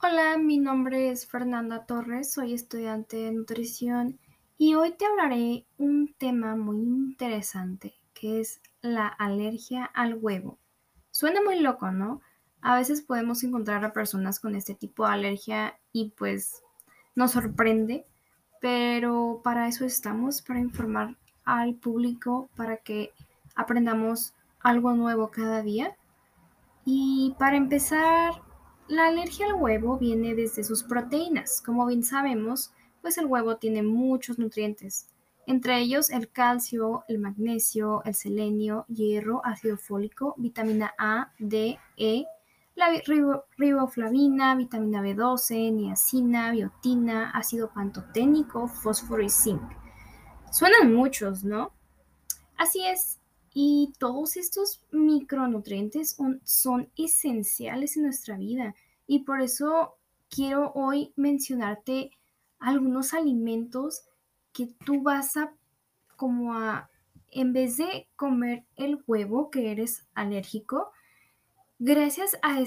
Hola, mi nombre es Fernanda Torres, soy estudiante de nutrición y hoy te hablaré un tema muy interesante que es la alergia al huevo. Suena muy loco, ¿no? A veces podemos encontrar a personas con este tipo de alergia y pues nos sorprende, pero para eso estamos, para informar al público, para que aprendamos algo nuevo cada día. Y para empezar, la alergia al huevo viene desde sus proteínas. Como bien sabemos, pues el huevo tiene muchos nutrientes, entre ellos el calcio, el magnesio, el selenio, hierro, ácido fólico, vitamina A, D, E, la riboflavina, vitamina B12, niacina, biotina, ácido pantoténico, fósforo y zinc. Suenan muchos, ¿no? Así es, y todos estos micronutrientes son esenciales en nuestra vida y por eso quiero hoy mencionarte algunos alimentos que tú vas a como a, en vez de comer el huevo que eres alérgico, gracias a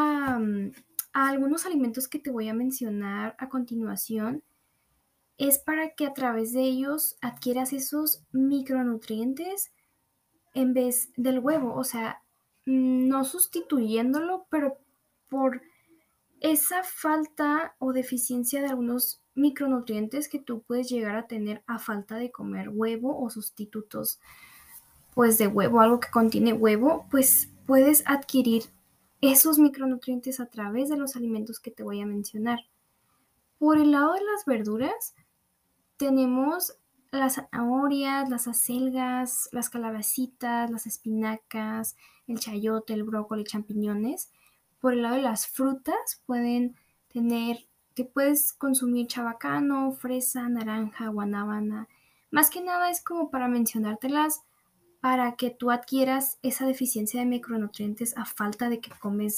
a algunos alimentos que te voy a mencionar a continuación, es para que a través de ellos adquieras esos micronutrientes en vez del huevo, o sea, no sustituyéndolo, pero por esa falta o deficiencia de algunos micronutrientes que tú puedes llegar a tener a falta de comer huevo o sustitutos, pues de huevo, algo que contiene huevo, pues puedes adquirir esos micronutrientes a través de los alimentos que te voy a mencionar. Por el lado de las verduras, tenemos las zanahorias, las acelgas, las calabacitas, las espinacas, el chayote, el brócoli, champiñones. Por el lado de las frutas pueden tener, que puedes consumir chabacano, fresa, naranja, guanábana. Más que nada es como para mencionártelas para que tú adquieras esa deficiencia de micronutrientes a falta de que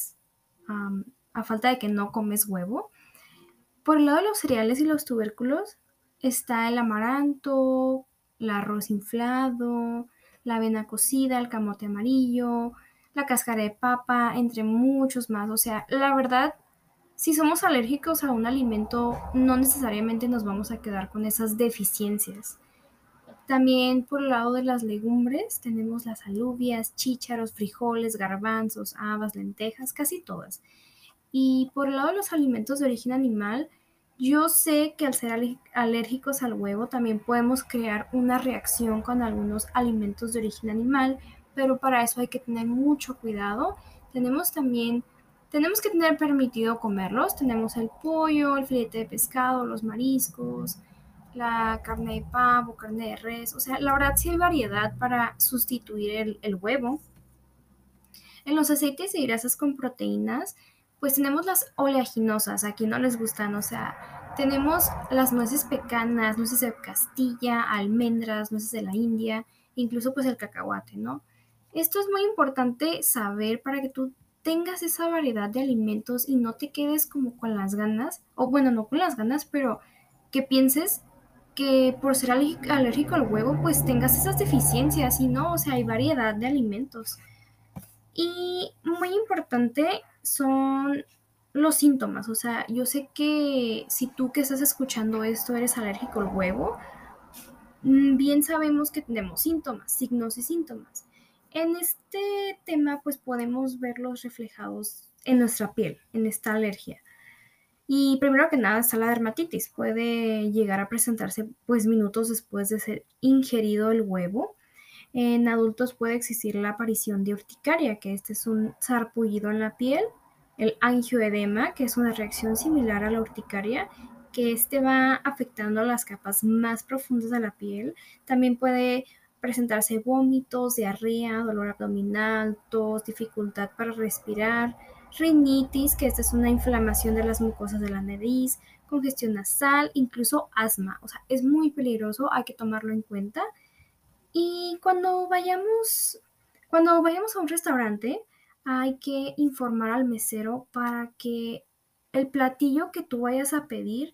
a falta de que no comes huevo. Por el lado de los cereales y los tubérculos está el amaranto, el arroz inflado, la avena cocida, el camote amarillo, la cáscara de papa, entre muchos más. O sea, la verdad, si somos alérgicos a un alimento, no necesariamente nos vamos a quedar con esas deficiencias. También por el lado de las legumbres tenemos las alubias, chícharos, frijoles, garbanzos, habas, lentejas, casi todas. Y por el lado de los alimentos de origen animal, yo sé que al ser alérgicos al huevo también podemos crear una reacción con algunos alimentos de origen animal, pero para eso hay que tener mucho cuidado. Tenemos que tener permitido comerlos. Tenemos el pollo, el filete de pescado, los mariscos, la carne de pavo, carne de res. O sea, la verdad sí hay variedad para sustituir el huevo. En los aceites y grasas con proteínas, pues tenemos las oleaginosas, a quien no les gustan, o sea, tenemos las nueces pecanas, nueces de Castilla, almendras, nueces de la India, incluso pues el cacahuate, ¿no? Esto es muy importante saber para que tú tengas esa variedad de alimentos y no te quedes como con las ganas, o bueno, no con las ganas, pero que pienses que por ser alérgico al huevo, pues tengas esas deficiencias y no, o sea, hay variedad de alimentos. Y muy importante son los síntomas. O sea, yo sé que si tú que estás escuchando esto eres alérgico al huevo, bien sabemos que tenemos síntomas, signos y síntomas. En este tema, pues podemos verlos reflejados en nuestra piel, en esta alergia. Y primero que nada está la dermatitis. Puede llegar a presentarse pues minutos después de ser ingerido el huevo. En adultos puede existir la aparición de urticaria, que este es un sarpullido en la piel, el angioedema, que es una reacción similar a la urticaria, que este va afectando las capas más profundas de la piel. También puede presentarse vómitos, diarrea, dolor abdominal, tos, dificultad para respirar, rinitis, que esta es una inflamación de las mucosas de la nariz, congestión nasal, incluso asma. O sea, es muy peligroso, hay que tomarlo en cuenta. Y cuando vayamos a un restaurante, hay que informar al mesero para que el platillo que tú vayas a pedir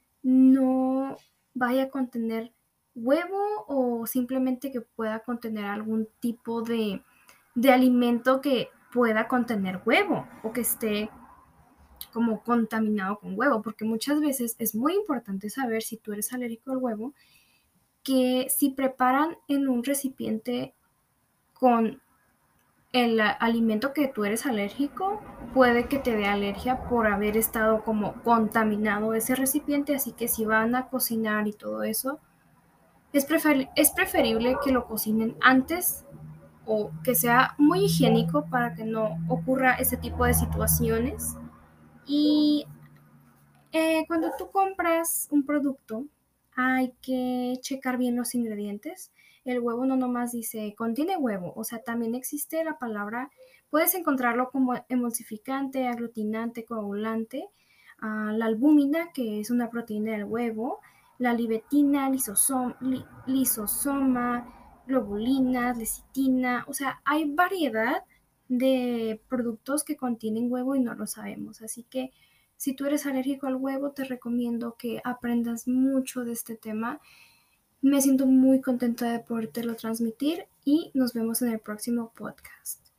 no vaya a contener huevo o simplemente que pueda contener algún tipo de alimento que pueda contener huevo o que esté como contaminado con huevo, porque muchas veces es muy importante saber si tú eres alérgico al huevo, que si preparan en un recipiente con el alimento que tú eres alérgico, puede que te dé alergia por haber estado como contaminado ese recipiente, así que si van a cocinar y todo eso, es preferible que lo cocinen antes o que sea muy higiénico para que no ocurra ese tipo de situaciones. Y cuando tú compras un producto, hay que checar bien los ingredientes. El huevo no nomás dice contiene huevo, o sea, también existe la palabra, puedes encontrarlo como emulsificante, aglutinante, coagulante, la albúmina, que es una proteína del huevo, la libetina, lisosoma, globulinas, lecitina, o sea, hay variedad de productos que contienen huevo y no lo sabemos, así que si tú eres alérgico al huevo, te recomiendo que aprendas mucho de este tema. Me siento muy contenta de podértelo transmitir y nos vemos en el próximo podcast.